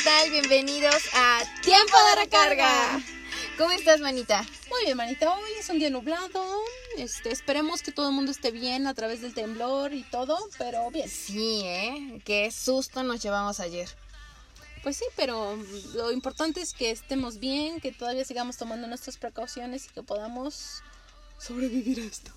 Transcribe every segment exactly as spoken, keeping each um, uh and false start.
tal? Bienvenidos a Tiempo de Recarga. ¿Cómo estás, manita? Muy bien, manita. Hoy es un día nublado. Este, esperemos que todo el mundo esté bien a través del temblor y todo, pero bien. Sí, ¿eh? Qué susto nos llevamos ayer. Pues sí, pero lo importante es que estemos bien, que todavía sigamos tomando nuestras precauciones y que podamos sobrevivir a esto.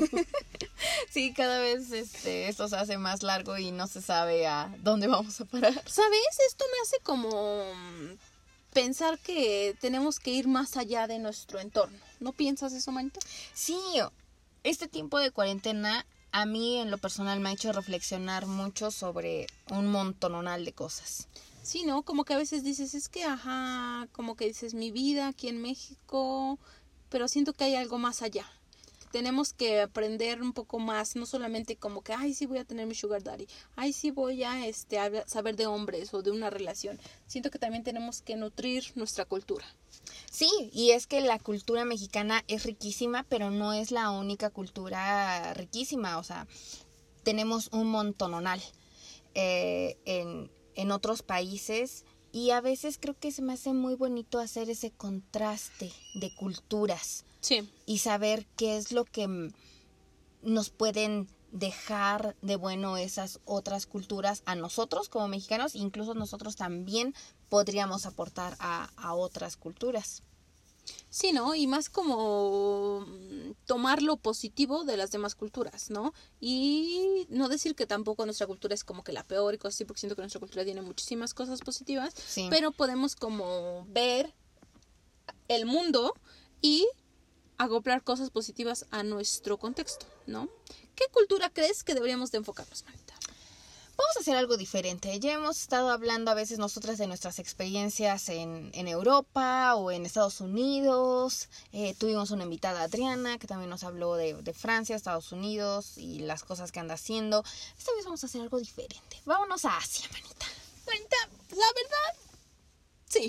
Sí, cada vez este, esto se hace más largo y no se sabe a dónde vamos a parar. ¿Sabes? Esto me hace como pensar que tenemos que ir más allá de nuestro entorno. ¿No piensas eso, manita? Sí, este tiempo de cuarentena a mí en lo personal me ha hecho reflexionar mucho sobre un montononal de cosas. Sí, ¿no? Como que a veces dices, es que, ajá, como que dices, mi vida aquí en México, pero siento que hay algo más allá. Tenemos que aprender un poco más, no solamente como que, ay, sí voy a tener mi sugar daddy, ay, sí voy a, este, a saber de hombres o de una relación. Siento que también tenemos que nutrir nuestra cultura. Sí, y es que la cultura mexicana es riquísima, pero no es la única cultura riquísima, o sea, tenemos un montononal eh, en, en otros países y a veces creo que se me hace muy bonito hacer ese contraste de culturas. Sí. Y saber qué es lo que nos pueden dejar de bueno esas otras culturas a nosotros como mexicanos, incluso nosotros también podríamos aportar a, a otras culturas. Sí, ¿no? Y más como tomar lo positivo de las demás culturas, ¿no? Y no decir que tampoco nuestra cultura es como que la peor y cosas así, porque siento que nuestra cultura tiene muchísimas cosas positivas, sí. Pero podemos como ver el mundo y acoplar cosas positivas a nuestro contexto, ¿no? ¿Qué cultura crees que deberíamos de enfocarnos, manita? Vamos a hacer algo diferente. Ya hemos estado hablando a veces nosotras de nuestras experiencias en, en Europa o en Estados Unidos. Eh, tuvimos una invitada, Adriana, que también nos habló de, de Francia, Estados Unidos y las cosas que anda haciendo. Esta vez vamos a hacer algo diferente. Vámonos a Asia, manita. Manita, la verdad, sí.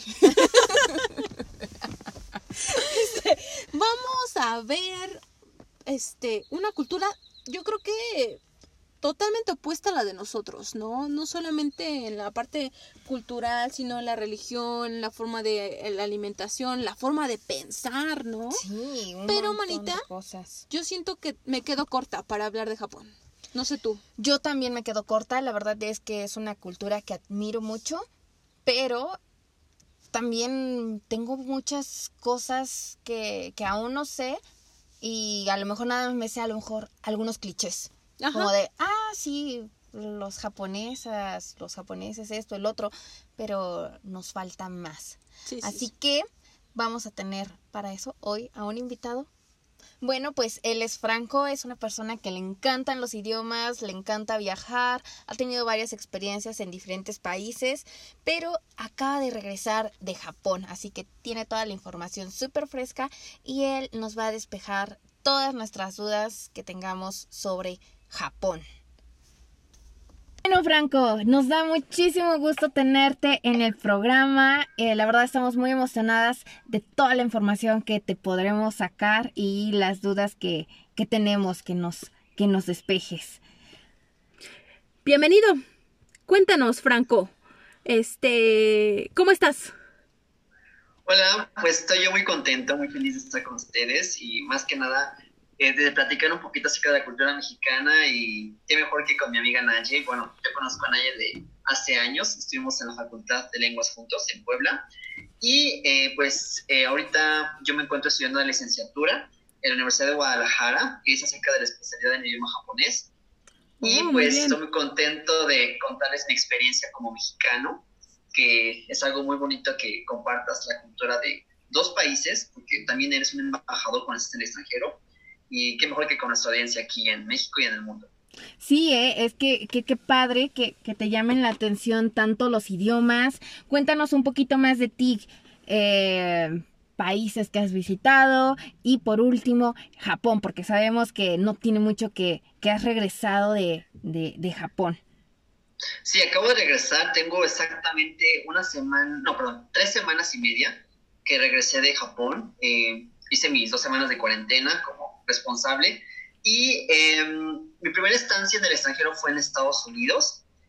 Este, vamos a ver este una cultura, yo creo que totalmente opuesta a la de nosotros, ¿no? No solamente en la parte cultural, sino en la religión, la forma de la alimentación, la forma de pensar, ¿no? Sí, un Pero, montón manita, de cosas. Yo siento que me quedo corta para hablar de Japón. No sé tú. Yo también me quedo corta. La verdad es que es una cultura que admiro mucho, pero también tengo muchas cosas que, que aún no sé y a lo mejor nada más me sé a lo mejor algunos clichés. Ajá. Como de, ah, sí, los japonesas, los japoneses, esto, el otro, pero nos falta más. Sí, sí, Así sí. que vamos a tener para eso hoy a un invitado. Bueno, pues él es Franco, es una persona que le encantan los idiomas, le encanta viajar, ha tenido varias experiencias en diferentes países, pero acaba de regresar de Japón, así que tiene toda la información súper fresca y él nos va a despejar todas nuestras dudas que tengamos sobre Japón. Bueno, Franco, nos da muchísimo gusto tenerte en el programa. Eh, la verdad estamos muy emocionadas de toda la información que te podremos sacar y las dudas que, que tenemos que nos, que nos despejes. Bienvenido. Cuéntanos, Franco. Este, ¿cómo estás? Hola, pues estoy yo muy contento, muy feliz de estar con ustedes y más que nada eh, de platicar un poquito acerca de la cultura mexicana y qué mejor que con mi amiga Naye. Bueno, yo conozco a Naye de hace años, estuvimos en la Facultad de Lenguas juntos en Puebla y eh, pues eh, ahorita yo me encuentro estudiando la licenciatura en la Universidad de Guadalajara, que es acerca de la especialidad en idioma japonés y Oh, pues estoy muy contento de contarles mi experiencia como mexicano, que es algo muy bonito que compartas la cultura de dos países, porque también eres un embajador cuando estás en el extranjero, y qué mejor que con nuestra audiencia aquí en México y en el mundo. Sí, eh, es que qué que padre que, que te llamen la atención tanto los idiomas. Cuéntanos un poquito más de ti, eh, países que has visitado y por último Japón, porque sabemos que no tiene mucho que, que has regresado de, de, de Japón. Sí, acabo de regresar, tengo exactamente una semana, no, perdón, tres semanas y media que regresé de Japón. Eh, hice mis dos semanas de cuarentena como responsable y eh, mi primera estancia en el extranjero fue en Estados Unidos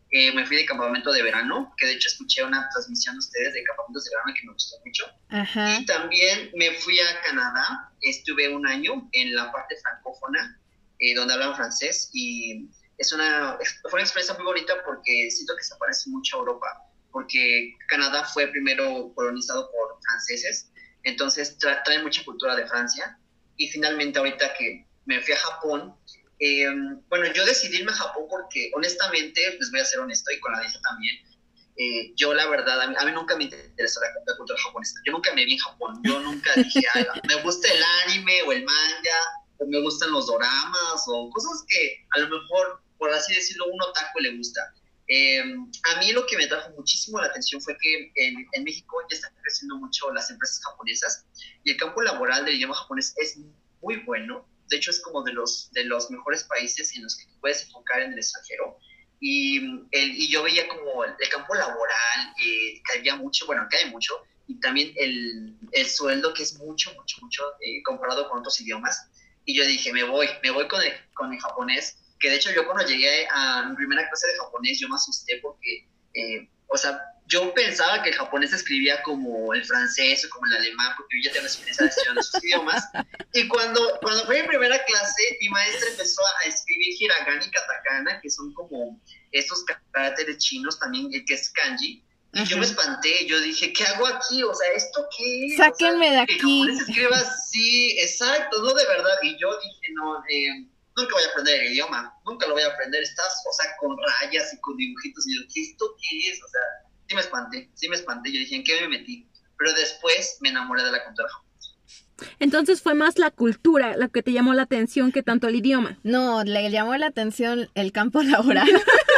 eh, me fui de campamento de verano, que de hecho escuché una transmisión de ustedes de campamentos de verano que me gustó mucho. Ajá. Y también me fui a Canadá, estuve un año en la parte francófona, eh, donde hablan francés, y es una, fue una experiencia muy bonita porque siento que se parece mucho a Europa, porque Canadá fue primero colonizado por franceses, entonces tra trae mucha cultura de Francia, y finalmente ahorita que me fui a Japón, eh, bueno, yo decidí irme a Japón porque honestamente, les voy a ser honesto y con la dicha también, eh, yo la verdad, a mí, a mí nunca me interesó la, la cultura japonesa, yo nunca me vi en Japón, yo nunca dije, ay, me gusta el anime o el manga, o me gustan los doramas, o cosas que a lo mejor, por así decirlo, un otaku le gusta. Eh, a mí lo que me trajo muchísimo la atención fue que en, en México ya están creciendo mucho las empresas japonesas y el campo laboral del idioma japonés es muy bueno. De hecho, es como de los, de los mejores países en los que te puedes enfocar en el extranjero. Y, el, y yo veía como el, el campo laboral, eh, que había mucho, bueno, que hay mucho, y también el, el sueldo, que es mucho, mucho, mucho eh, comparado con otros idiomas. Y yo dije, me voy, me voy con el, con el japonés, que de hecho yo cuando llegué a mi primera clase de japonés yo me asusté porque, eh, o sea, yo pensaba que el japonés se escribía como el francés o como el alemán, porque yo ya tengo experiencia de estudiando esos idiomas. Y cuando, cuando fue mi primera clase, mi maestra empezó a escribir hiragana y katakana, que son como estos caracteres chinos también, que es kanji. Y Ajá. yo me espanté, yo dije, ¿qué hago aquí? O sea, ¿esto qué es? Sáquenme o sea, de que aquí. el japonés se escriba así, exacto, no, de verdad. Y yo dije, no, eh, nunca voy a aprender el idioma, nunca lo voy a aprender, estás, o sea, con rayas y con dibujitos, y yo, ¿qué esto qué es? O sea, sí me espanté, sí me espanté, yo dije, ¿en qué me metí? Pero después me enamoré de la cultura japonesa. Entonces fue más la cultura la que te llamó la atención que tanto el idioma. No, le llamó la atención el campo laboral.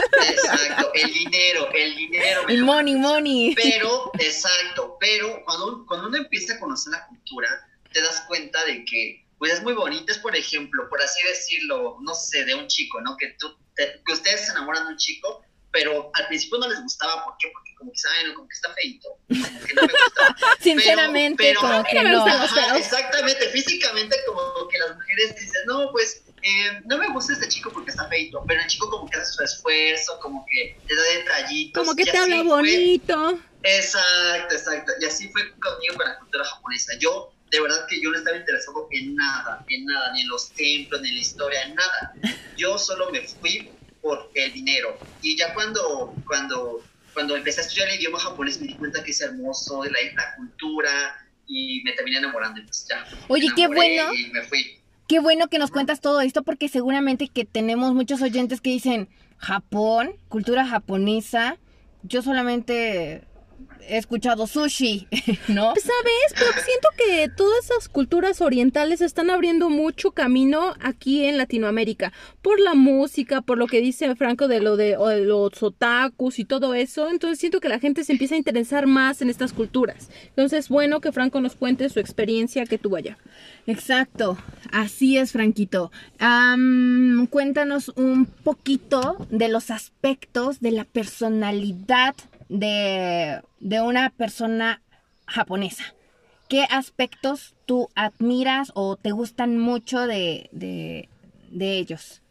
Exacto, el dinero, el dinero. El money, money. Pero, exacto, pero cuando, cuando uno empieza a conocer la cultura, te das cuenta de que pues es muy bonito. Es, por ejemplo, por así decirlo, no sé, de un chico, ¿no? Que, tú, te, que ustedes se enamoran de un chico, pero al principio no les gustaba. ¿Por qué? Porque como que saben, como que está feito, como que no me gustaba. Sinceramente, pero, pero, como que no. Ajá, exactamente, físicamente como que las mujeres dicen, no, pues, eh, no me gusta este chico porque está feito, pero el chico como que hace su esfuerzo, como que le da detallitos. Como que te habla bonito. Fue, exacto, exacto, y así fue conmigo con la cultura japonesa. Yo de verdad que yo no estaba interesado en nada, en nada, ni en los templos, ni en la historia, en nada. Yo solo me fui por el dinero. Y ya cuando, cuando, cuando empecé a estudiar el idioma japonés me di cuenta que es hermoso, de la, la cultura, y me terminé enamorando. Y pues ya, Oye, qué bueno. Y me fui. Qué bueno que nos cuentas todo esto, porque seguramente que tenemos muchos oyentes que dicen, Japón, cultura japonesa, yo solamente he escuchado sushi, ¿no? ¿Sabes? Pero siento que todas esas culturas orientales están abriendo mucho camino aquí en Latinoamérica, por la música, por lo que dice Franco de lo de, de los otakus y todo eso. Entonces siento que la gente se empieza a interesar más en estas culturas. Entonces es bueno que Franco nos cuente su experiencia que tuvo allá. Exacto, así es, Franquito. Um, cuéntanos un poquito de los aspectos de la personalidad de, de una persona japonesa. ¿Qué aspectos tú admiras o te gustan mucho de, de, de ellos?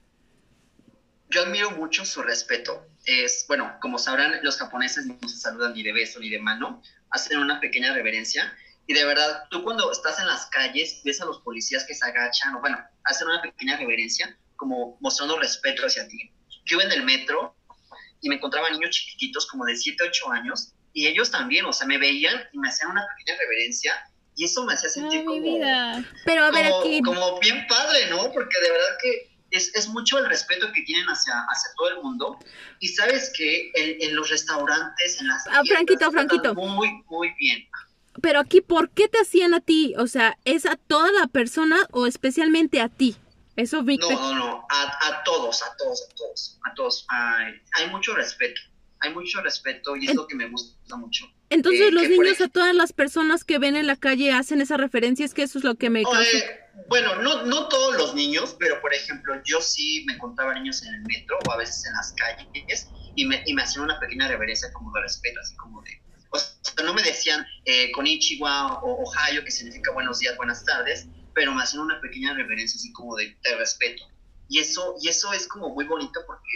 Yo admiro mucho su respeto. Es, bueno, como sabrán, los japoneses no se saludan ni de beso ni de mano, hacen una pequeña reverencia. Y de verdad, tú cuando estás en las calles, ves a los policías que se agachan, o bueno, hacen una pequeña reverencia, como mostrando respeto hacia ti. Yo en el metro, y me encontraba niños chiquititos, como de siete, ocho años, y ellos también, o sea, me veían y me hacían una pequeña reverencia, y eso me hacía sentir Ay, como, mi vida. Pero a ver, como, aquí... como bien padre, ¿no? Porque de verdad que es, es mucho el respeto que tienen hacia, hacia todo el mundo, y sabes que en, en los restaurantes, en las ah, Franquito, Franquito. muy, muy bien. Pero aquí, ¿por qué te hacían a ti? O sea, ¿es a toda la persona o especialmente a ti? Eso, Víctor. No, no, no, a, a todos, a todos, a todos, a todos. Hay, hay mucho respeto, hay mucho respeto y es en, lo que me gusta mucho. Entonces eh, los niños, ejemplo, a todas las personas que ven en la calle hacen esa referencia, es que eso es lo que me causa. Eh, bueno, no, no todos los niños, pero por ejemplo, yo sí me encontraba niños en el metro o a veces en las calles y me, y me hacían una pequeña reverencia como de respeto, así como de... O sea, no me decían eh, konnichiwa o ohayo, que significa buenos días, buenas tardes, pero me hacen una pequeña reverencia así como de, de respeto. Y eso, y eso es como muy bonito porque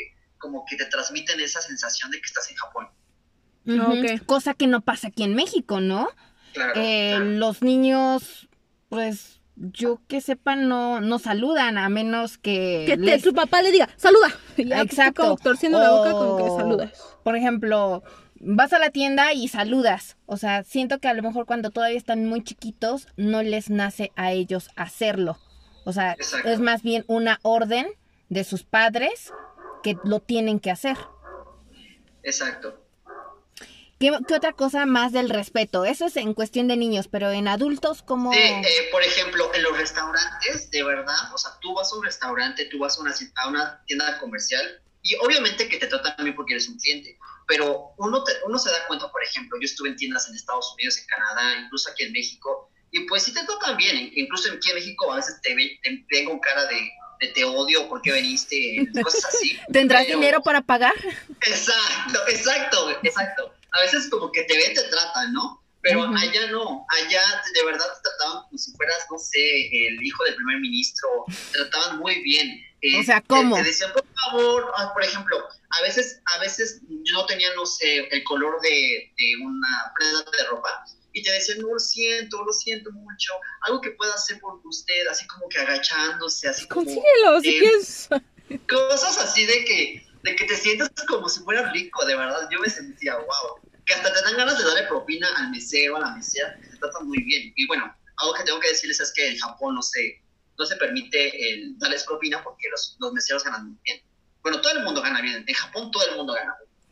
como que te transmiten esa sensación de que estás en Japón. Uh-huh. Okay. Cosa que no pasa aquí en México, ¿no? Claro, eh, claro. Los niños, pues, yo que sepa, no, no saludan, a menos que... Que te, les... tu papá le diga, saluda. Y ya, Exacto. Pues, tú como torciendo o, la boca con que saludas. Por ejemplo, vas a la tienda y saludas. O sea, siento que a lo mejor cuando todavía están muy chiquitos, no les nace a ellos hacerlo. O sea, Exacto. es más bien una orden de sus padres que lo tienen que hacer. Exacto. ¿Qué, ¿Qué otra cosa más del respeto? Eso es en cuestión de niños, pero en adultos, ¿cómo...? Sí, eh, por ejemplo, en los restaurantes, de verdad, o sea, tú vas a un restaurante, tú vas a una, a una tienda comercial y obviamente que te tratan bien porque eres un cliente, pero uno, te, uno se da cuenta, por ejemplo, yo estuve en tiendas en Estados Unidos, en Canadá, incluso aquí en México, y pues sí te tratan bien, incluso aquí en México a veces te, te ven con cara de, de te odio, ¿por qué viniste? Cosas así. ¿Tendrás pero... dinero para pagar? Exacto, exacto, exacto. A veces como que te ven, te tratan, ¿no? Pero uh-huh. allá no, allá de verdad te trataban como si fueras, no sé, el hijo del primer ministro, te trataban muy bien. Eh, o sea, ¿cómo? Te, te decían, por favor, ah, por ejemplo, a veces, a veces yo no tenía, no sé, el color de, de una prenda de ropa, y te decían, no, lo siento, lo siento mucho, algo que pueda hacer por usted, así como que agachándose, así como... Consíguelo, eh, si quieres. Cosas así de que, de que te sientes como si fueras rico, de verdad, yo me sentía, wow, que hasta te dan ganas de darle propina al mesero, a la mesera, que te tratan muy bien. Y bueno, algo que tengo que decirles es que en Japón no se, no se permite el darles propina porque los, los meseros ganan muy bien. Bueno, todo el mundo gana bien, en Japón todo el mundo gana bien.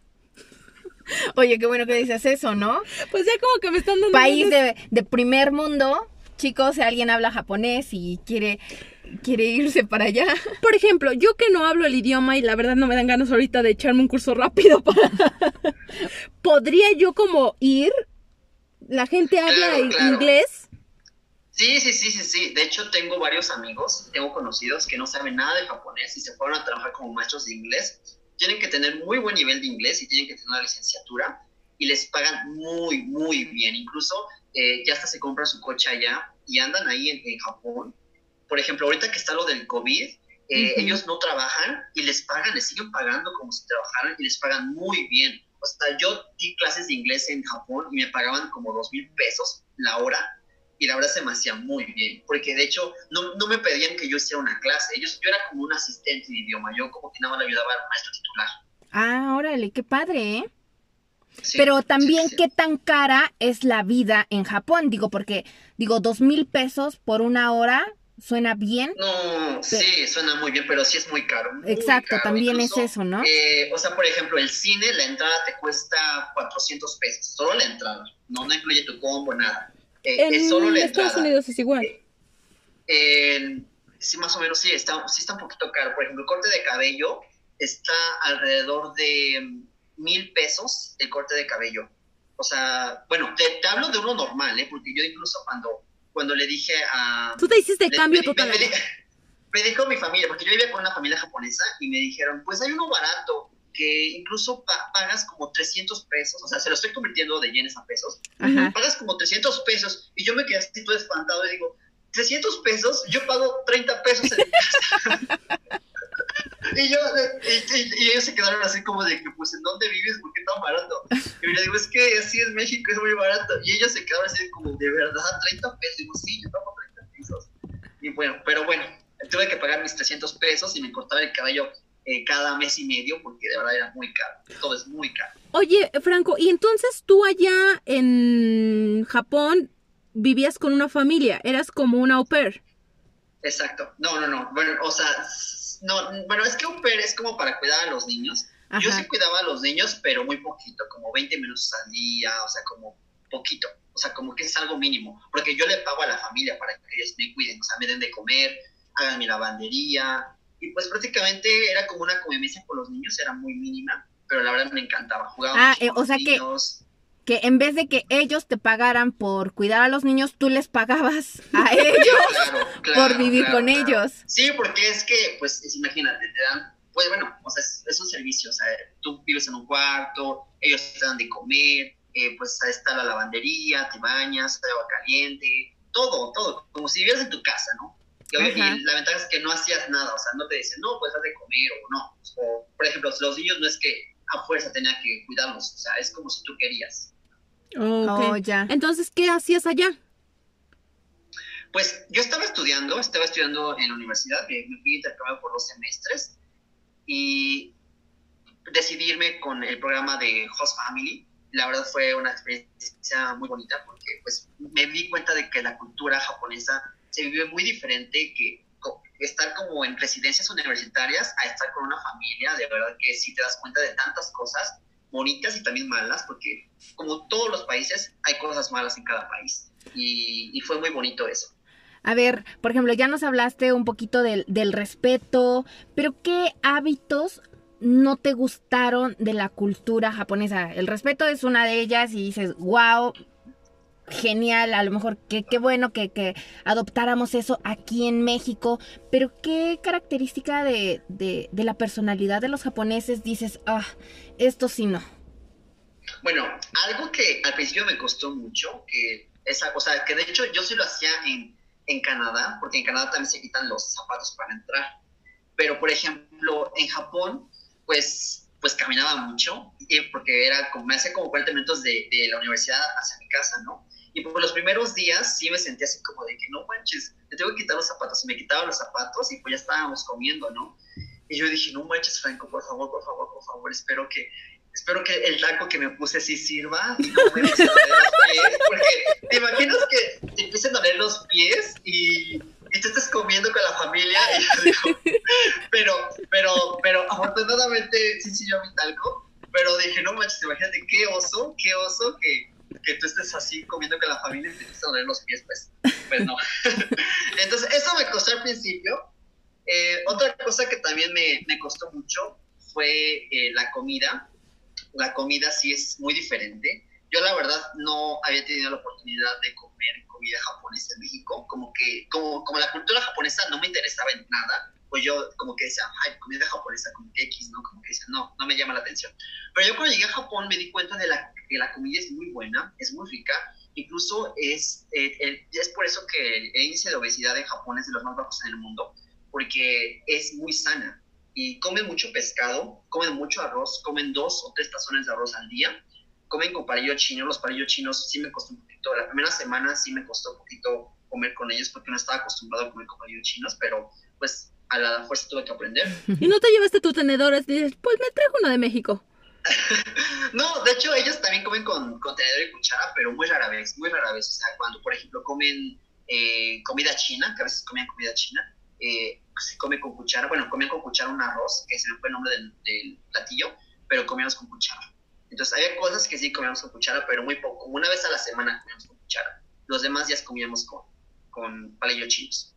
Oye, qué bueno que dices eso, ¿no? Pues ya como que me están dando... País de, de primer mundo, chicos, si alguien habla japonés y quiere... quiere irse para allá. Por ejemplo, yo que no hablo el idioma y la verdad no me dan ganas ahorita de echarme un curso rápido para... ¿Podría yo como ir? ¿La gente habla Claro, claro. inglés? Sí, sí, sí, sí, sí. De hecho, tengo varios amigos, tengo conocidos que no saben nada de japonés y se fueron a trabajar como maestros de inglés. Tienen que tener muy buen nivel de inglés y tienen que tener una licenciatura y les pagan muy, muy bien. Incluso eh, ya hasta se compran su coche allá y andan ahí en, en Japón. Por ejemplo, ahorita que está lo del COVID, eh, uh-huh. ellos no trabajan y les pagan, les siguen pagando como si trabajaran y les pagan muy bien. O sea, yo di clases de inglés en Japón y me pagaban como dos mil pesos la hora y la verdad se me hacía muy bien, porque de hecho no, no me pedían que yo hiciera una clase, ellos, yo era como un asistente de idioma, yo como que nada más le ayudaba al maestro titular. Ah, órale, qué padre, ¿eh? Sí, pero también, sí, sí. ¿qué tan cara es la vida en Japón? Digo, porque, digo, dos mil pesos por una hora... ¿Suena bien? No, pero... sí, suena muy bien, pero sí es muy caro. Muy Exacto, caro. también Incluso, es eso, ¿no? Eh, o sea, por ejemplo, el cine, la entrada te cuesta cuatrocientos pesos, solo la entrada, no, no incluye tu combo, nada. Eh, en es solo la Estados entrada. Unidos es igual. Eh, eh, sí, más o menos sí está, sí está un poquito caro. Por ejemplo, el corte de cabello está alrededor de mil pesos el corte de cabello. O sea, bueno, te, te hablo de uno normal, ¿eh? Porque yo incluso cuando... cuando le dije a... Tú te hiciste le, cambio me, total. Me, me, me dijo mi familia, porque yo vivía con una familia japonesa, y me dijeron, pues hay uno barato, que incluso pa pagas como trescientos pesos, o sea, se lo estoy convirtiendo de yenes a pesos, Ajá. pagas como trescientos pesos, y yo me quedé así todo espantado, y digo, ¿trescientos pesos? Yo pago treinta pesos en mi casa. Y yo, y, y, y ellos se quedaron así como de que, pues, ¿en dónde vives? ¿Por qué tan barato? Y le digo, es que así es México, es muy barato. Y ellos se quedaron así como, ¿de verdad? ¿treinta pesos? Y digo, sí, yo pago treinta pesos. Y bueno, pero bueno, tuve que pagar mis trescientos pesos y me cortaba el cabello eh, cada mes y medio porque de verdad era muy caro. Todo es muy caro. Oye, Franco, ¿y entonces tú allá en Japón vivías con una familia? ¿Eras como una au pair? Exacto. No, no, no. Bueno, o sea... No, bueno, es que au pair es como para cuidar a los niños. Ajá. Yo sí cuidaba a los niños, pero muy poquito, como veinte minutos al día, o sea, como poquito. O sea, como que es algo mínimo. Porque yo le pago a la familia para que ellos me cuiden, o sea, me den de comer, hagan mi lavandería. Y pues prácticamente era como una convivencia con los niños, era muy mínima, pero la verdad me encantaba. Jugaba ah, mucho eh, con o los sea niños. que... que en vez de que ellos te pagaran por cuidar a los niños, tú les pagabas a ellos claro, claro, por vivir claro, con claro. ellos. Sí, porque es que, pues, es, imagínate, te dan, pues bueno, o sea, es, es un servicio, o sea, tú vives en un cuarto, ellos te dan de comer, eh, pues ahí está la lavandería, te bañas, hay agua caliente, todo, todo, como si vivieras en tu casa, ¿no? Y, y la ventaja es que no hacías nada, o sea, no te dicen, no, pues haz de comer o no. O, por ejemplo, los niños no es que a fuerza tenía que cuidarlos, o sea, es como si tú querías. Okay. Oh, ya. Entonces, ¿qué hacías allá? Pues yo estaba estudiando, estaba estudiando en la universidad, me, me fui intercambiado por dos semestres y decidí irme con el programa de Host Family. La verdad fue una experiencia muy bonita porque pues me di cuenta de que la cultura japonesa se vive muy diferente, que estar como en residencias universitarias a estar con una familia, de verdad que sí te das cuenta de tantas cosas bonitas y también malas, porque como todos los países hay cosas malas en cada país y, y fue muy bonito eso. A ver, por ejemplo, ya nos hablaste un poquito del, del respeto, pero ¿qué hábitos no te gustaron de la cultura japonesa? El respeto es una de ellas y dices, wow, genial, a lo mejor qué qué bueno que, que adoptáramos eso aquí en México, pero ¿qué característica de, de, de la personalidad de los japoneses dices, ah, esto sí no? Bueno, algo que al principio me costó mucho, que esa cosa, que de hecho yo sí lo hacía en, en Canadá, porque en Canadá también se quitan los zapatos para entrar, pero por ejemplo en Japón, pues, pues caminaba mucho, porque era como, me hacía como cuarenta minutos de, de la universidad hacia mi casa, ¿no? Y por los primeros días sí me sentía así como de que no manches, te tengo que quitar los zapatos. Y me quitaba los zapatos y pues ya estábamos comiendo, ¿no? Y yo dije, no manches, Franco, por favor, por favor, por favor, espero que, espero que el taco que me puse sí sirva y no me empiecen a doler los pies. Porque te imaginas que te empiecen a doler los pies y, y tú estás comiendo con la familia. Y yo digo, pero, pero, pero afortunadamente sí sirvió mi talco. Pero dije, no manches, imagínate qué oso, qué oso que... que tú estés así comiendo con la familia y te empiezan a doler los pies, pues, pues no. Entonces, eso me costó al principio. Eh, otra cosa que también me, me costó mucho fue eh, la comida. La comida sí es muy diferente. Yo, la verdad, no había tenido la oportunidad de comer comida japonesa en México. Como que, como, como la cultura japonesa no me interesaba en nada, pues yo como que decía, ay, comida japonesa, como que X, ¿no? Como que decía, no, no me llama la atención. Pero yo cuando llegué a Japón me di cuenta de la, que la comida es muy buena, es muy rica, incluso es, eh, el, es por eso que el índice de obesidad en Japón es de los más bajos en el mundo, porque es muy sana. Y comen mucho pescado, comen mucho arroz, comen dos o tres tazones de arroz al día, comen con palillo chino. Los palillos chinos sí me costó un poquito, la primera semana sí me costó un poquito comer con ellos porque no estaba acostumbrado a comer con palillos chinos, pero pues a la fuerza tuve que aprender. ¿Y no te llevaste tu tenedor? Dices, pues me trajo uno de México. No, de hecho ellos también comen con, con tenedor y cuchara, pero muy rara vez, muy rara vez. O sea, cuando por ejemplo comen eh, comida china, que a veces comían comida china, eh, se come con cuchara. Bueno, comían con cuchara un arroz, que se me fue el nombre del, del platillo, pero comíamos con cuchara. Entonces había cosas que sí comíamos con cuchara, pero muy poco. Una vez a la semana comíamos con cuchara. Los demás días comíamos con, con palillos chinos.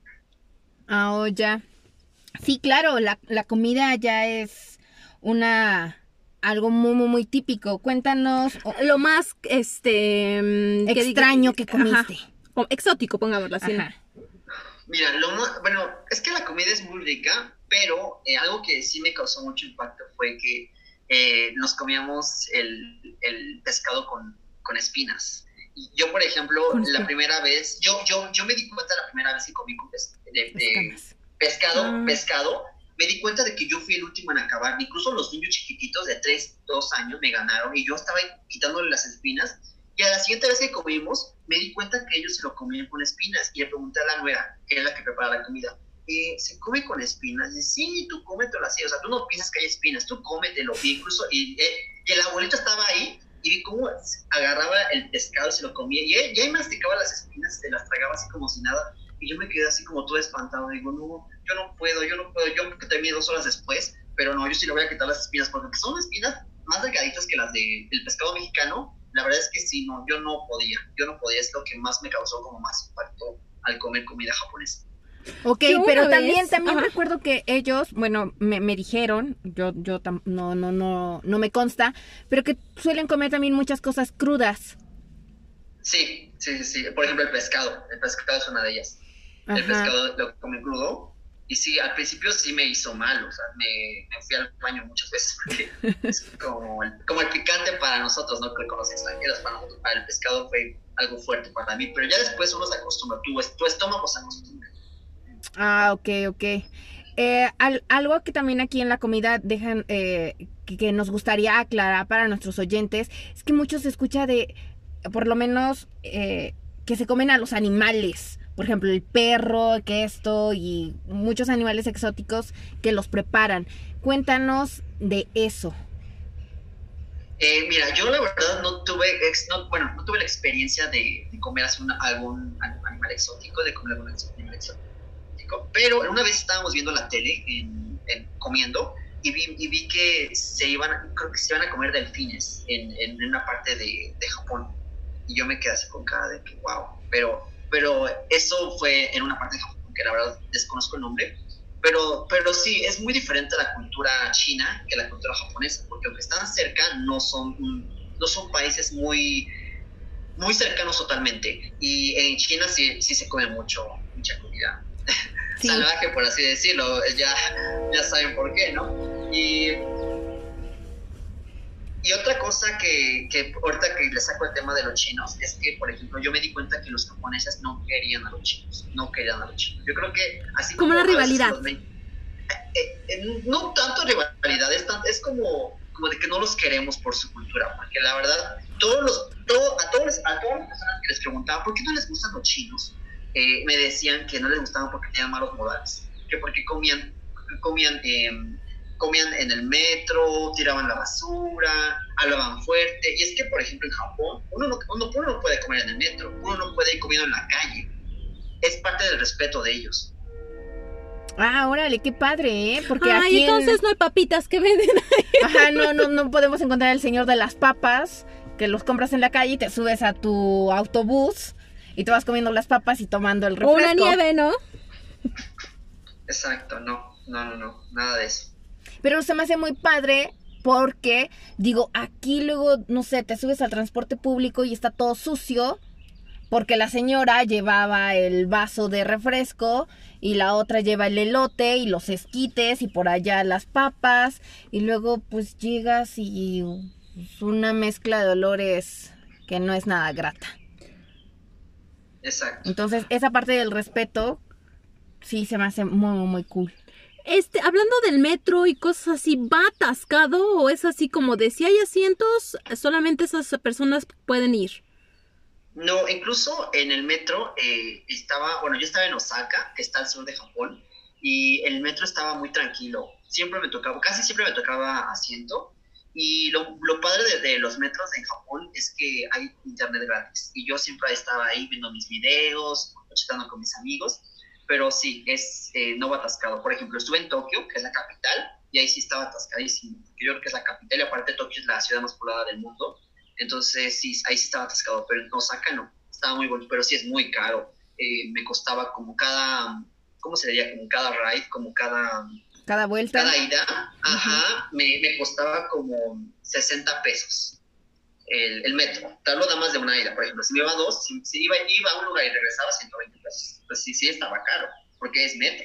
Ah, oh, ya. Sí, claro, la, la comida ya es una algo muy, muy, muy típico. Cuéntanos oh, lo más este extraño que, que comiste. Ajá. Exótico, pongámoslo así. Ajá. Mira, lo más, bueno, es que la comida es muy rica, pero eh, algo que sí me causó mucho impacto fue que eh, nos comíamos el, el pescado con, con espinas. Yo, por ejemplo, la primera vez, yo, yo, yo me di cuenta la primera vez que comí con pes, de, de pescado, ah. pescado, me di cuenta de que yo fui el último en acabar. Incluso los niños chiquititos de tres, dos años me ganaron y yo estaba quitándole las espinas. Y a la siguiente vez que comimos, me di cuenta que ellos se lo comían con espinas. Y le pregunté a la nuera, que es la que prepara la comida, eh, ¿se come con espinas? Y dice, sí, tú cómetelo así. O sea, tú no piensas que hay espinas, tú cómetelo. Y incluso, y, eh, y el abuelito estaba ahí, y vi cómo agarraba el pescado y se lo comía, y él ya masticaba las espinas, se las tragaba así como si nada, y yo me quedé así como todo espantado, digo, no, yo no puedo, yo no puedo, yo que terminé dos horas después, pero no, yo sí le voy a quitar las espinas, porque son espinas más delgaditas que las de, del pescado mexicano. La verdad es que sí, no, yo no podía, yo no podía, es lo que más me causó como más impacto al comer comida japonesa. Ok, pero vez, también también ajá. recuerdo que ellos, bueno, me, me dijeron, yo yo tam, no no no no me consta, pero que suelen comer también muchas cosas crudas. Sí, sí, sí, por ejemplo el pescado, el pescado es una de ellas. Ajá. El pescado lo comen crudo y sí, al principio sí me hizo mal, o sea, me, me fui al baño muchas veces porque es como el, como el picante para nosotros, ¿no? Que con los extranjeros, para nosotros, para el pescado fue algo fuerte para mí, pero ya después uno se acostumbra, tu, tu estómago se acostumbra. Ah, ok, ok. Eh, al, algo que también aquí en la comida dejan, eh, que, que nos gustaría aclarar para nuestros oyentes, es que mucho se escucha de, por lo menos, eh, que se comen a los animales. Por ejemplo, el perro, que esto, y muchos animales exóticos que los preparan. Cuéntanos de eso. Eh, mira, yo la verdad no tuve, ex, no, bueno, no tuve la experiencia de, de comer así una, algún animal exótico, de comer algún animal exótico, pero una vez estábamos viendo la tele, en, en, comiendo, y vi, y vi que se iban, creo que se iban a comer delfines en, en una parte de, de Japón, y yo me quedé así con cara de que wow, pero, pero eso fue en una parte de Japón, que la verdad desconozco el nombre. Pero, pero sí, es muy diferente la cultura china que la cultura japonesa, porque aunque están cerca, no son, no son países muy, muy cercanos totalmente. Y en China sí, sí se come mucho, mucha comida sí. salvaje, por así decirlo. Ya, ya saben por qué, ¿no? Y, y otra cosa que, que ahorita que le saco el tema de los chinos, es que, por ejemplo, yo me di cuenta que los japoneses no querían a los chinos, no querían a los chinos. Yo creo que así como... Como una rivalidad. Los, eh, eh, no tanto rivalidad, es, tan, es como, como de que no los queremos por su cultura, porque la verdad, todos los, todo, a, todos, a todas las personas que les preguntaba por qué no les gustan los chinos, eh, me decían que no les gustaban porque tenían malos modales, que porque comían, comían eh, comían en el metro, tiraban la basura, hablaban fuerte. Y es que, por ejemplo, en Japón, uno no, uno, uno no puede comer en el metro, uno no puede ir comiendo en la calle. Es parte del respeto de ellos. Ah, órale, qué padre, ¿eh? Porque Ay, aquí entonces en... no hay papitas que venden ahí. Ajá, no, no, no podemos encontrar el señor de las papas, que los compras en la calle y te subes a tu autobús y te vas comiendo las papas y tomando el refresco. O una nieve, ¿no? Exacto, no, no, no, no, nada de eso. Pero se me hace muy padre porque, digo, aquí luego, no sé, te subes al transporte público y está todo sucio porque la señora llevaba el vaso de refresco y la otra lleva el elote y los esquites y por allá las papas y luego pues llegas y pues, una mezcla de olores que no es nada grata. Exacto. Entonces, esa parte del respeto sí se me hace muy, muy cool. Este, hablando del metro y cosas así, ¿va atascado o es así como de si hay asientos, solamente esas personas pueden ir? No, incluso en el metro eh, estaba, bueno, yo estaba en Osaka, que está al sur de Japón, y el metro estaba muy tranquilo. Siempre me tocaba, casi siempre me tocaba asiento. Y lo, lo padre de, de los metros en Japón es que hay internet gratis. Y yo siempre estaba ahí viendo mis videos, chateando con mis amigos. Pero sí, es eh, no va atascado. Por ejemplo, estuve en Tokio, que es la capital, y ahí sí estaba atascadísimo. Yo creo que es la capital y aparte Tokio es la ciudad más poblada del mundo. Entonces, sí, ahí sí estaba atascado, pero en Osaka no. Estaba muy bonito, pero sí es muy caro. Eh, me costaba como cada, ¿cómo se diría? Como cada ride, como cada... Cada vuelta. Cada ida, ajá, uh-huh. me, me costaba como sesenta pesos el, el metro. Te hablo nada más de una ida, por ejemplo. Si me iba a dos, si, si iba, iba a un lugar y regresaba, ciento veinte pesos. Pues sí, sí estaba caro, porque es metro.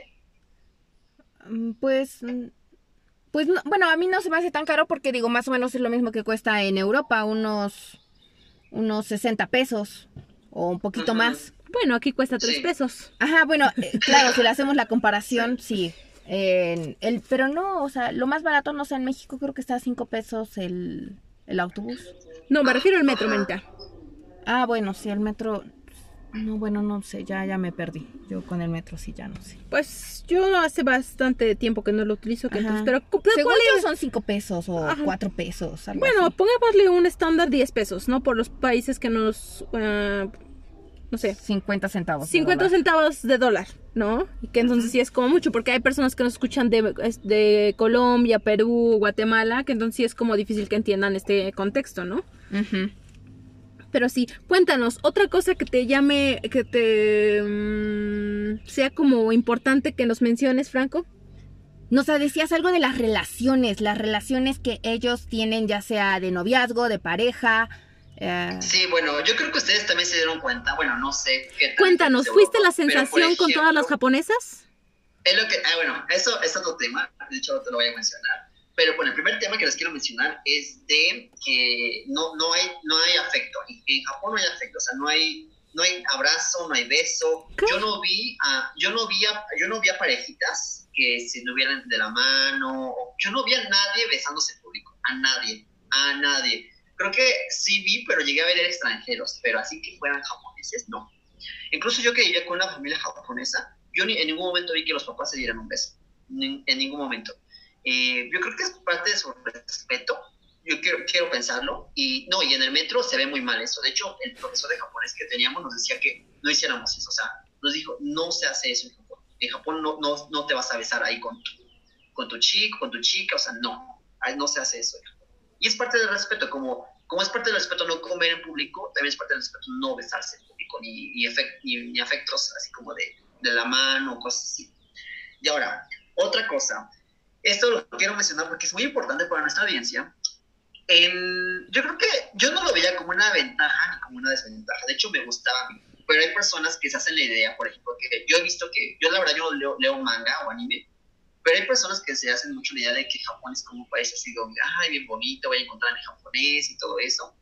Pues... Pues no, bueno, a mí no se me hace tan caro porque digo, más o menos es lo mismo que cuesta en Europa, unos, unos sesenta pesos o un poquito uh-huh. más. Bueno, aquí cuesta tres sí. pesos. Ajá, bueno, eh, claro, si le hacemos la comparación, sí. Eh, el, pero no, o sea, lo más barato, no sé, en México creo que está a cinco pesos el, el autobús. No, me refiero al metro, Menita. Ah, bueno, sí, el metro... No, bueno, no sé, ya, ya me perdí. Yo con el metro sí, ya no sé. Pues yo hace bastante tiempo que no lo utilizo, que entonces, pero según yo son cinco pesos o Ajá. cuatro pesos, algo Bueno, así. pongámosle un estándar diez pesos, ¿no? Por los países que nos, uh, no sé. cincuenta centavos cincuenta centavos de dólar, ¿no? Y que entonces sí es como mucho, porque hay personas que nos escuchan de, de Colombia, Perú, Guatemala, que entonces sí es como difícil que entiendan este contexto, ¿no? Ajá. Pero sí, cuéntanos, otra cosa que te llame, que te mmm, sea como importante que nos menciones, Franco. Nos decías algo de las relaciones, las relaciones que ellos tienen, ya sea de noviazgo, de pareja. Eh... Sí, bueno, yo creo que ustedes también se dieron cuenta, bueno, no sé qué tal. Cuéntanos, ¿fuiste la sensación pero, ejemplo, con todas las japonesas? Es lo que, ah, bueno, eso es otro tema, de hecho te lo voy a mencionar. Pero bueno, el primer tema que les quiero mencionar es de que no, no, hay, no hay afecto. En, en Japón no hay afecto, o sea, no hay, no hay abrazo, no hay beso. ¿Qué? Yo no vi a, yo no vi a, yo no vi a parejitas que se tuvieran de la mano. Yo no vi a nadie besándose en público, a nadie, a nadie. Creo que sí vi, pero llegué a ver extranjeros, pero así que fueran japoneses, no. Incluso yo que vivía con una familia japonesa, yo ni, en ningún momento vi que los papás se dieran un beso, ni, en ningún momento. Eh, yo creo que es parte de su respeto, yo quiero, quiero pensarlo, y no, y en el metro se ve muy mal eso. De hecho, el profesor de japonés que teníamos nos decía que no hiciéramos eso, o sea, nos dijo, no se hace eso en Japón. En Japón no, no, no te vas a besar ahí con tu, con tu chico, con tu chica, o sea, no, ahí no se hace eso en Japón. Y es parte del respeto, como, como es parte del respeto no comer en público, también es parte del respeto no besarse en público, ni, ni, efect, ni, ni afectos así como de, de la mano, cosas así. Y ahora, otra cosa, esto lo quiero mencionar porque es muy importante para nuestra audiencia. En, yo creo que yo no lo veía como una ventaja ni como una desventaja, de hecho me gustaba a mí, pero hay personas que se hacen la idea, por ejemplo, que yo he visto que, yo la verdad yo leo, leo manga o anime, pero hay personas que se hacen mucho la idea de que Japón es como un país así donde, ay, bien bonito, voy a encontrar en japonés y todo eso,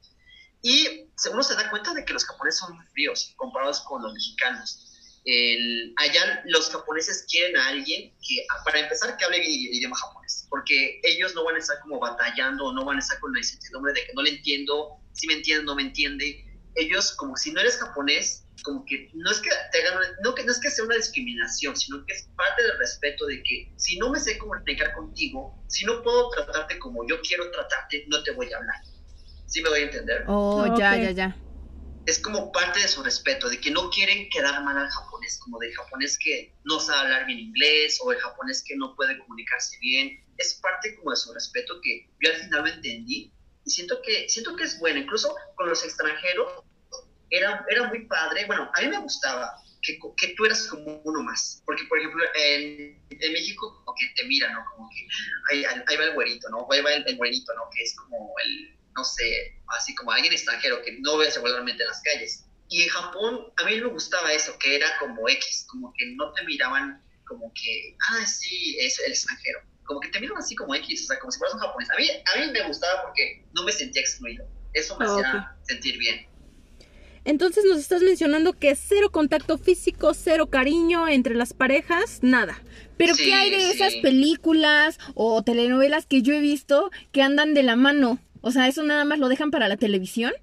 y uno se da cuenta de que los japoneses son muy fríos comparados con los mexicanos. El, allá los japoneses quieren a alguien que, para empezar, que hable bien el idioma japonés, porque ellos no van a estar como batallando, o no van a estar con la incertidumbre de que no le entiendo, si me entiende, no me entiende. Ellos, como si no eres japonés, como que no es que te hagan una, no, que, no es que sea una discriminación, sino que es parte del respeto de que si no me sé comunicar contigo, si no puedo tratarte como yo quiero tratarte, no te voy a hablar. ¿Sí me voy a entender? Oh, Ok. ya, ya, ya. Es como parte de su respeto, de que no quieren quedar mal al japonés, como del japonés que no sabe hablar bien inglés o el japonés que no puede comunicarse bien. Es parte como de su respeto que yo al final lo entendí y siento que, siento que es bueno. Incluso con los extranjeros era, era muy padre. Bueno, a mí me gustaba que, que tú eras como uno más. Porque, por ejemplo, en, en México como que te miran, ¿no? Como que ahí, ahí va el güerito, ¿no? Ahí va el, el güerito, ¿no? Que es como el... no sé, así como alguien extranjero que no ves regularmente en las calles. Y en Japón, a mí me gustaba eso, que era como X, como que no te miraban como que, ah, sí, es el extranjero. Como que te miraban así como X, o sea, como si fueras un japonés. A mí, a mí me gustaba porque no me sentía excluido. Eso me Ah, hacía ok. sentir bien. Entonces nos estás mencionando que cero contacto físico, cero cariño entre las parejas, nada. Pero Sí, ¿qué hay de esas sí. películas o telenovelas que yo he visto que andan de la mano? O sea, ¿eso nada más lo dejan para la televisión?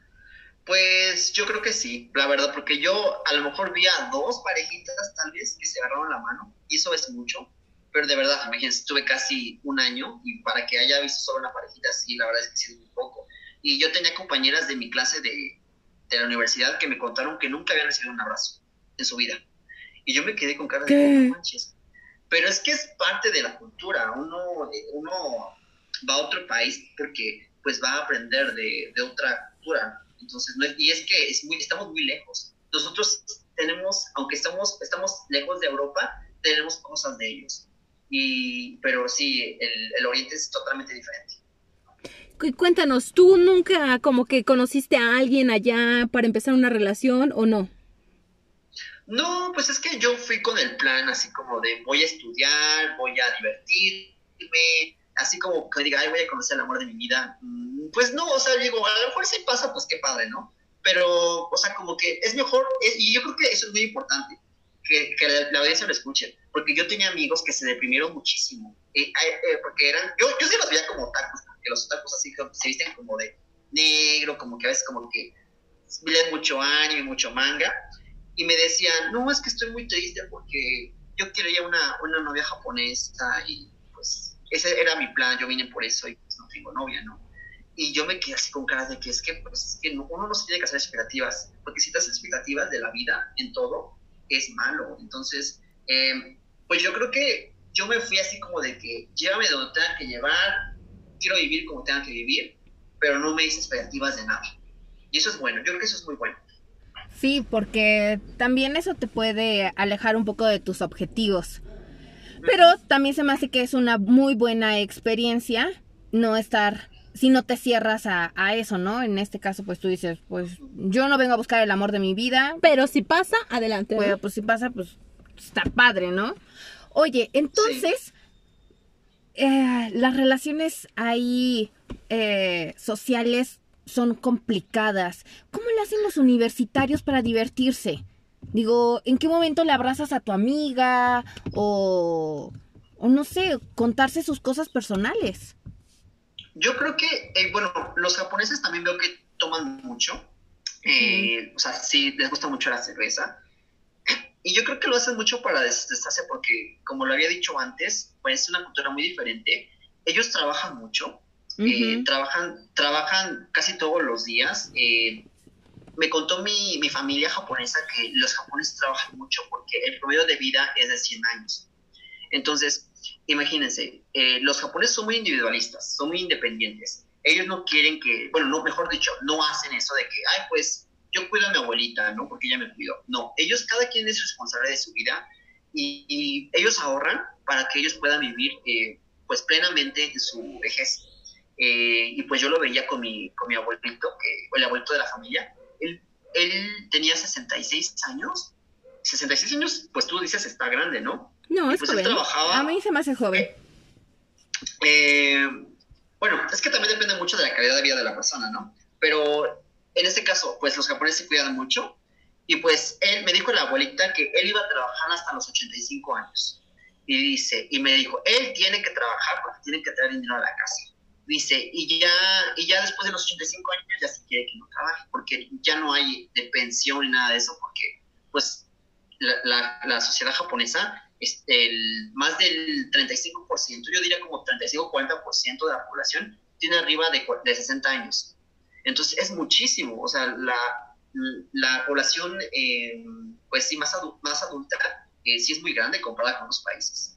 Pues yo creo que sí, la verdad, porque yo a lo mejor vi a dos parejitas tal vez que se agarraron la mano, y eso es mucho, pero de verdad, imagínense, estuve casi un año y para que haya visto solo una parejita así, la verdad es que sí es muy poco. Y yo tenía compañeras de mi clase de, de la universidad que me contaron que nunca habían recibido un abrazo en su vida. Y yo me quedé con cara de, ¿Qué? no manches. Pero es que es parte de la cultura, uno, uno va a otro país porque pues va a aprender de, de otra cultura. Entonces, no es, y es que es muy, estamos muy lejos. Nosotros tenemos, aunque estamos, estamos lejos de Europa, tenemos cosas de ellos. Y, pero sí, el, el Oriente es totalmente diferente. Cu- Cuéntanos, ¿tú nunca como que conociste a alguien allá para empezar una relación o no? No, pues es que yo fui con el plan así como de voy a estudiar, voy a divertirme, así como que diga, ay, voy a conocer el amor de mi vida. Mm, Pues no, o sea, digo, a lo mejor sí pasa, pues qué padre, ¿no? Pero, o sea, como que es mejor, es- y yo creo que eso es muy importante, que, que la, la audiencia lo escuche, porque yo tenía amigos que se deprimieron muchísimo, eh, eh, eh, porque eran, yo, yo sí los veía como otakus, porque los otakus así que se visten como de negro, como que a veces como que leen mucho anime, mucho manga, y me decían, no, es que estoy muy triste porque yo quería una, una novia japonesa y pues ese era mi plan, yo vine por eso y pues no tengo novia, ¿no? Y yo me quedé así con caras de que es que, pues, es que no, uno no se tiene que hacer expectativas, porque si te haces expectativas de la vida en todo, es malo. Entonces, eh, pues yo creo que yo me fui así como de que llévame donde tenga que llevar, quiero vivir como tenga que vivir, pero no me hice expectativas de nada. Y eso es bueno, yo creo que eso es muy bueno. Sí, porque también eso te puede alejar un poco de tus objetivos. Pero también se me hace que es una muy buena experiencia no estar, si no te cierras a, a eso, ¿no? En este caso, pues tú dices, pues yo no vengo a buscar el amor de mi vida, Pero si pasa, adelante, ¿no? pues, pues si pasa, pues está padre, ¿no? Oye, entonces, eh, las relaciones ahí eh, sociales son complicadas. ¿Cómo le hacen los universitarios para divertirse? Digo, ¿en qué momento le abrazas a tu amiga? O, o no sé, contarse sus cosas personales. Yo creo que, eh, bueno, los japoneses también veo que toman mucho. Eh, mm. O sea, sí, les gusta mucho la cerveza. Y yo creo que lo hacen mucho para desestresarse porque, como lo había dicho antes, pues es una cultura muy diferente. Ellos trabajan mucho. Uh-huh. eh, trabajan, trabajan casi todos los días. Eh, me contó mi, mi familia japonesa que los japoneses trabajan mucho porque el promedio de vida es de cien años. Entonces, imagínense, eh, los japoneses son muy individualistas, son muy independientes. Ellos no quieren que, bueno, no, mejor dicho, no hacen eso de que, ay, pues, yo cuido a mi abuelita, ¿no? Porque ella me cuidó. No, ellos, cada quien es responsable de su vida y, y ellos ahorran para que ellos puedan vivir, eh, pues, plenamente en su vejez. Eh, y pues yo lo veía con mi, con mi abuelito, que, el abuelito de la familia. Él, él tenía sesenta y seis años. sesenta y seis años, pues tú dices, está grande, ¿no? No, y es pues joven. Él trabajaba, a mí se me hace joven. Eh, eh, bueno, es que también depende mucho de la calidad de vida de la persona, ¿no? Pero en este caso, pues los japoneses se cuidan mucho. Y pues él me dijo la abuelita que él iba a trabajar hasta los ochenta y cinco años. Y dice, y me dijo, él tiene que trabajar porque tiene que traer dinero a la casa. Dice, y ya, y ya después de los ochenta y cinco años ya se quiere que no trabaje, porque ya no hay de pensión ni nada de eso, porque pues la, la, la sociedad japonesa, es el, más del treinta y cinco por ciento, yo diría como treinta y cinco a cuarenta por ciento de la población tiene arriba de, de sesenta años. Entonces es muchísimo, o sea, la, la población eh, pues sí, más, adu más adulta, eh, sí es muy grande comparada con los países.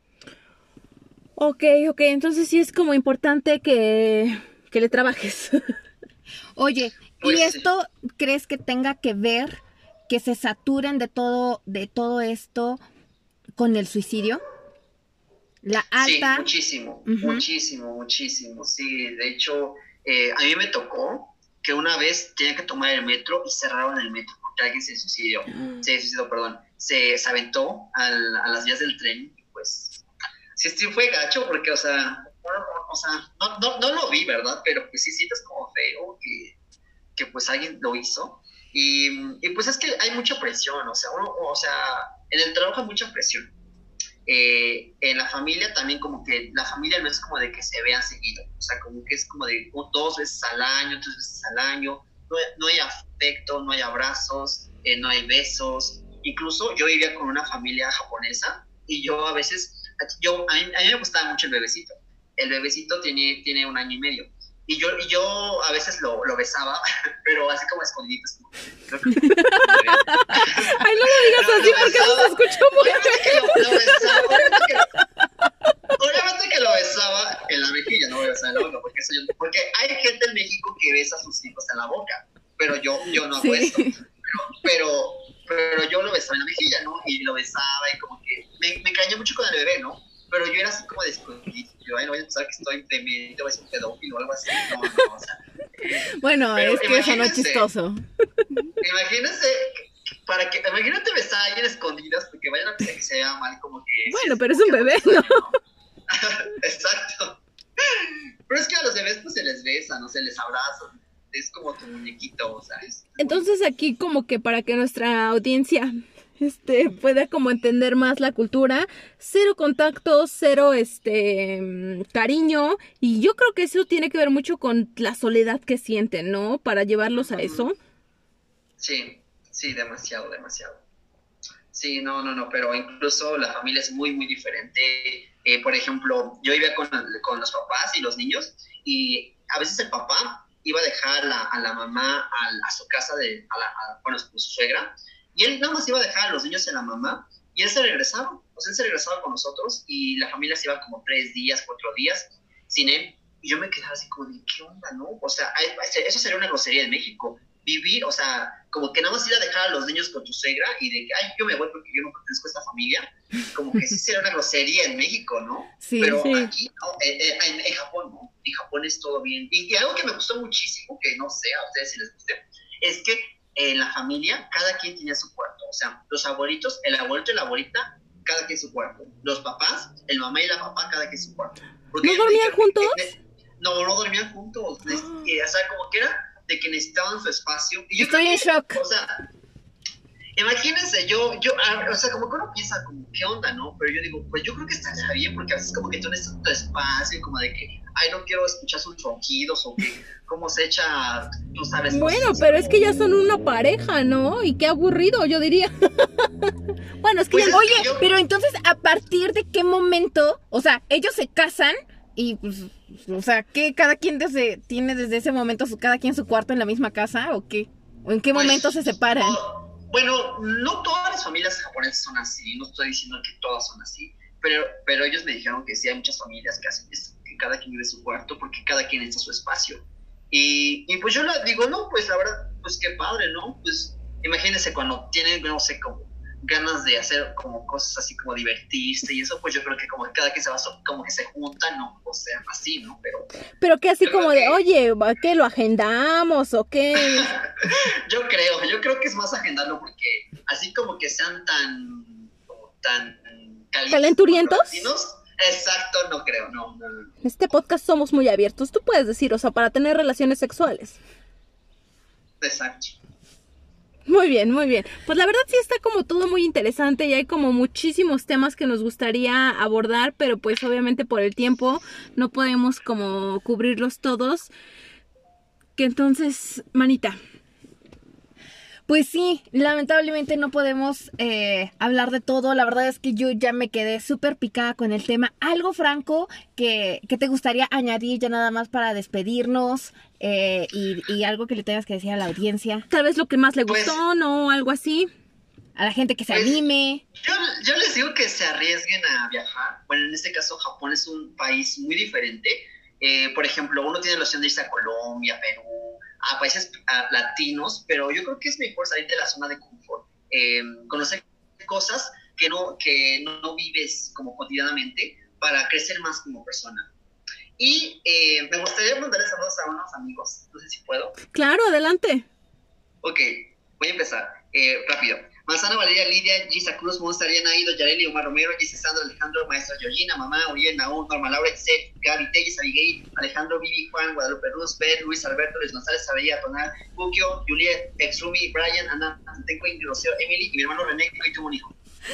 Ok, ok, entonces sí es como importante que, que le trabajes. Oye, pues, ¿y esto sí. crees que tenga que ver que se saturen de todo, de todo esto con el suicidio? La alta... Sí, muchísimo, uh-huh. muchísimo, muchísimo, sí. De hecho, eh, a mí me tocó que una vez tenía que tomar el metro y cerraron el metro porque alguien se suicidó, uh-huh. se suicidó, perdón, se, se aventó al, a las vías del tren y pues... Sí, sí fue gacho porque, o sea, o sea no, no, no lo vi, ¿verdad? Pero pues sí sientes como feo que, que pues alguien lo hizo. Y, y pues es que hay mucha presión, o sea, uno, o sea, en el trabajo hay mucha presión. Eh, en la familia también como que la familia no es como de que se vean seguido, o sea, como que es como de dos veces al año, tres veces al año, no, no hay afecto, no hay abrazos, eh, no hay besos. Incluso yo vivía con una familia japonesa y yo a veces... Yo, a, mí, a mí me gustaba mucho el bebecito. El bebecito tiene, tiene un año y medio. Y yo, y yo a veces lo, lo besaba, pero así como escondiditos. Como, Ay, no lo digas así porque no se escuchó mucho. Obviamente que lo, lo besaba, obviamente que, obviamente que lo besaba en la mejilla, no voy a besar en la boca, porque, soy, porque hay gente en México que besa a sus hijos en la boca, pero yo, yo no hago sí. eso. Pero, pero, pero yo lo besaba en la mejilla, ¿no? Y lo besaba y como que me, me engañé mucho con el bebé, ¿no? Pero yo era así como de escondido. Yo, ay, no voy a pensar que estoy demente, voy a ser un pedófilo o algo así. No, no, o sea. Bueno, pero es que eso no es chistoso. Imagínense, para que, imagínate besar a alguien escondidas porque vayan a pensar que se vea mal, como que. Bueno, si pero es un bebé, ¿no? ¿no? Exacto. Pero es que a los bebés pues se les besa, no se les abraza. Es como tu muñequito, o sea. Es Entonces aquí como que para que nuestra audiencia este pueda como entender más la cultura, cero contacto, cero este cariño, y yo creo que eso tiene que ver mucho con la soledad que sienten, ¿no? Para llevarlos a eso. Sí, sí, demasiado, demasiado. Sí, no, no, no, pero incluso la familia es muy, muy diferente. Eh, por ejemplo, yo vivía con, con los papás y los niños, y a veces el papá iba a dejar a la, a la mamá a, a su casa, de, a la, a, bueno, su suegra, y él nada más iba a dejar a los niños en la mamá, y él se regresaba, o sea, él se regresaba con nosotros, y la familia se iba como tres días, cuatro días, sin él, y yo me quedaba así como de, ¿qué onda, no? O sea, eso sería una grosería en México, vivir, o sea, como que nada más ir a dejar a los niños con tu suegra, y de que, ay, yo me voy porque yo no pertenezco a esta familia, como que sí sería una grosería en México, ¿no? Sí, pero sí. aquí, no, en, en, en Japón, ¿no? En Japón es todo bien, y, y algo que me gustó muchísimo, que no sé a ustedes si les guste, es que en la familia, cada quien tenía su cuarto. O sea, los abuelitos, el abuelito y la abuelita, cada quien su cuarto. Los papás, el mamá y la papá, cada quien su cuarto. Porque ¿no dormían juntos? Que, no, no dormían juntos. Les- eh, o sea, como que era de que necesitaban su espacio. Y yo Estoy creo en que, shock. O sea, imagínense, yo, yo, ah, o sea, como que uno piensa, como, ¿qué onda, no? Pero yo digo, pues yo creo que estaría bien, porque a veces como que tú necesitas tu espacio, como de que, ay, no quiero escuchar sus ronquidos, o que, cómo se echa, tú sabes. Bueno, cosas pero así es que ya como- son una pareja, ¿no? Y qué aburrido, yo diría. Bueno, es que Pues ya... es que Oye, yo- pero entonces, ¿a partir de qué momento? O sea, ellos se casan y, pues, o sea, ¿qué? ¿Cada quien desde, tiene desde ese momento su, cada quien su cuarto en la misma casa o qué? ¿O en qué Pues, momento se separan? no, bueno, no todas las familias japonesas son así, no estoy diciendo que todas son así, pero, pero ellos me dijeron que sí hay muchas familias que hacen eso, que cada quien vive su cuarto porque cada quien necesita su espacio. Y, y pues yo le digo, no, pues la verdad, pues qué padre, ¿no? Pues imagínense cuando tienen, no sé, como ganas de hacer como cosas así como divertirse y eso, pues yo creo que como que cada quien se va, so- como que se juntan, ¿no? O sea, así, ¿no? Pero Pero que así Yo creo como de, que- oye, ¿qué lo agendamos o qué? yo creo, yo creo que es más agendarlo porque así como que sean tan, como tan calientes ¿Calenturientos? como los latinos, exacto, no creo, no, no, no. En este podcast somos muy abiertos, tú puedes decir, o sea, para tener relaciones sexuales. Exacto. Muy bien, muy bien. Pues la verdad sí está como todo muy interesante y hay como muchísimos temas que nos gustaría abordar, pero pues obviamente por el tiempo no podemos como cubrirlos todos. Que entonces, manita, Pues sí, lamentablemente no podemos eh, hablar de todo. La verdad es que yo ya me quedé súper picada con el tema. Algo, Franco, que, que te gustaría añadir ya nada más para despedirnos eh, y, y algo que le tengas que decir a la audiencia, tal vez lo que más le Pues- gustó, ¿no? Algo así. a la gente que se Pues- anime. Yo, yo les digo que se arriesguen a viajar. Bueno, en este caso Japón es un país muy diferente. Eh, por ejemplo, uno tiene la opción de irse a Colombia, Perú, a países a latinos, pero yo creo que es mejor salir de la zona de confort, eh, conocer cosas que no, que no vives como cotidianamente para crecer más como persona. Y eh, me gustaría mandarles saludos a unos amigos, no sé si puedo. Claro, adelante. Ok, voy a empezar eh, rápido. Manzana, Valeria, Lidia, Gisa Cruz, Monster, Ariana, Ido, Yareli, Omar Romero, Gisa Sandro, Alejandro, Maestra Georgina, Mamá, Uriel, Naúm, Norma Laura, Itzel, Gaby, Telles, Abigail, Alejandro, Vivi, Juan, Guadalupe Ruz, Bet, Luis Alberto, Luis González, Sabella, Tonal, Bukio, Juliet, Exrumi, Brian, Ana, Tenquin, Rocío, Emily y mi hermano René, que hoy tuvo un hijo.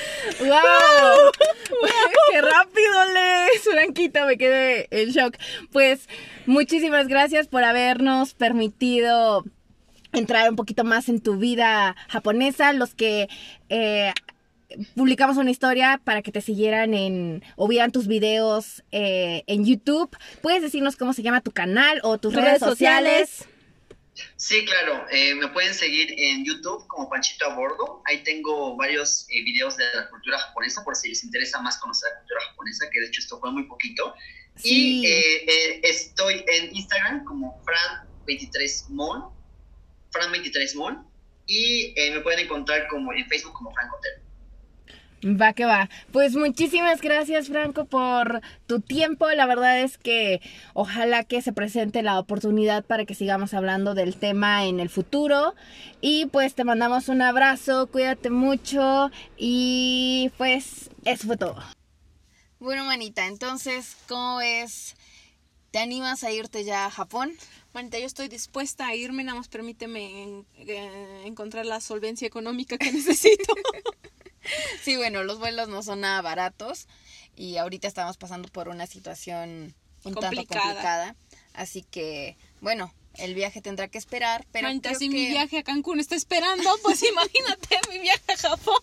¡Wow! ¡Qué rápido lees, Franquita! Me quedé en shock. Pues muchísimas gracias por habernos permitido entrar un poquito más en tu vida japonesa. Los que eh, publicamos una historia para que te siguieran en o vieran tus videos eh, en YouTube. ¿Puedes decirnos cómo se llama tu canal o tus redes, Redes sociales? sociales. Sí, claro, eh, me pueden seguir en YouTube como Panchito a Bordo. Ahí tengo varios eh, videos de la cultura japonesa por si les interesa más conocer la cultura japonesa, que de hecho esto fue muy poquito. Sí. Y eh, eh, estoy en Instagram como Fran veintitrés Mon, Fran veintitrés Mon, y eh, me pueden encontrar como en Facebook como Franco Otero. Va que va. Pues muchísimas gracias, Franco, por tu tiempo. La verdad es que ojalá que se presente la oportunidad para que sigamos hablando del tema en el futuro. Y pues te mandamos un abrazo, cuídate mucho y pues eso fue todo. Bueno, manita, entonces, ¿cómo ves? ¿Te animas a irte ya a Japón? Manita, yo estoy dispuesta a irme, nada más permíteme en- eh, encontrar la solvencia económica que necesito. Sí, bueno, los vuelos no son nada baratos y ahorita estamos pasando por una situación un tanto Complicada. complicada. Así que, bueno, el viaje tendrá que esperar, pero Manita, creo si que... mi viaje a Cancún está esperando, pues imagínate mi viaje a Japón.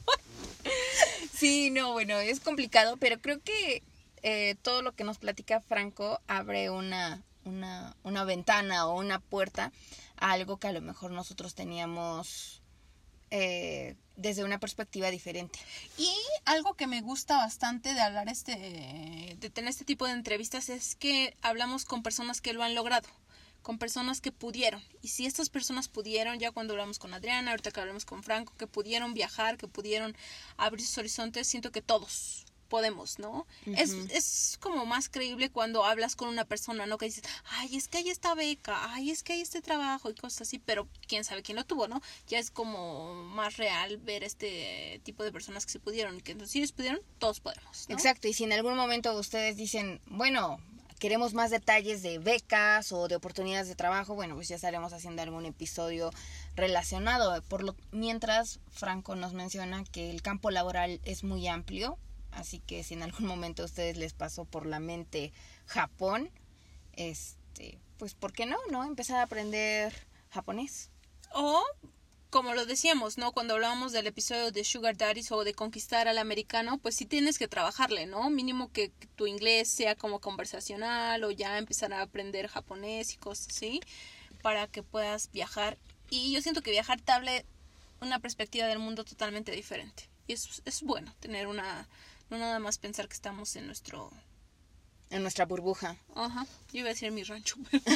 Sí, no, bueno, es complicado, pero creo que eh, todo lo que nos platica Franco abre una, una, una ventana o una puerta a algo que a lo mejor nosotros teníamos eh, desde una perspectiva diferente. Y algo que me gusta bastante de hablar este, de tener este tipo de entrevistas es que hablamos con personas que lo han logrado, con personas que pudieron. Y si estas personas pudieron, ya cuando hablamos con Adriana, ahorita que hablamos con Franco, que pudieron viajar, que pudieron abrir sus horizontes, siento que todos podemos, ¿no? Uh-huh. Es, es como más creíble cuando hablas con una persona, ¿no? Que dices, ay, es que hay esta beca, ay, es que hay este trabajo y cosas así, pero quién sabe quién lo tuvo, ¿no? Ya es como más real ver este tipo de personas que se pudieron y que entonces si ellos pudieron, todos podemos, ¿no? Exacto, y si en algún momento ustedes dicen, bueno, queremos más detalles de becas o de oportunidades de trabajo, bueno, pues ya estaremos haciendo algún episodio relacionado. Por lo mientras, Franco nos menciona que el campo laboral es muy amplio, así que si en algún momento a ustedes les pasó por la mente Japón, este, pues ¿por qué no, no? Empezar a aprender japonés. O, como lo decíamos, ¿no? Cuando hablábamos del episodio de Sugar Daddies o de conquistar al americano, pues sí tienes que trabajarle, ¿no? Mínimo que tu inglés sea como conversacional o ya empezar a aprender japonés y cosas así para que puedas viajar. Y yo siento que viajar te hable una perspectiva del mundo totalmente diferente. Y es, es bueno tener una... No nada más pensar que estamos en nuestro... En nuestra burbuja. Ajá, yo iba a decir en mi rancho.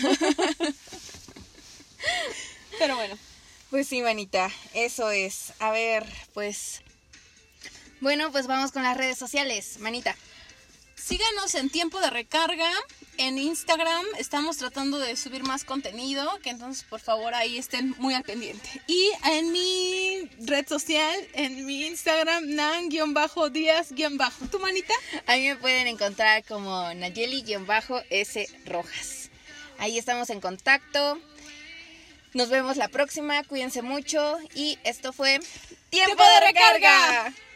Pero bueno. Pues sí, manita, eso es. A ver, pues... Bueno, pues vamos con las redes sociales, manita. Síganos en Tiempo de Recarga. En Instagram estamos tratando de subir más contenido, que entonces por favor ahí estén muy al pendiente. Y en mi red social, en mi Instagram, nan-díaz-. ¿Tu manita? A mí me pueden encontrar como Nayeli-S Rojas. Ahí estamos en contacto. Nos vemos la próxima, cuídense mucho y esto fue Tiempo, ¡Tiempo de Recarga! recarga.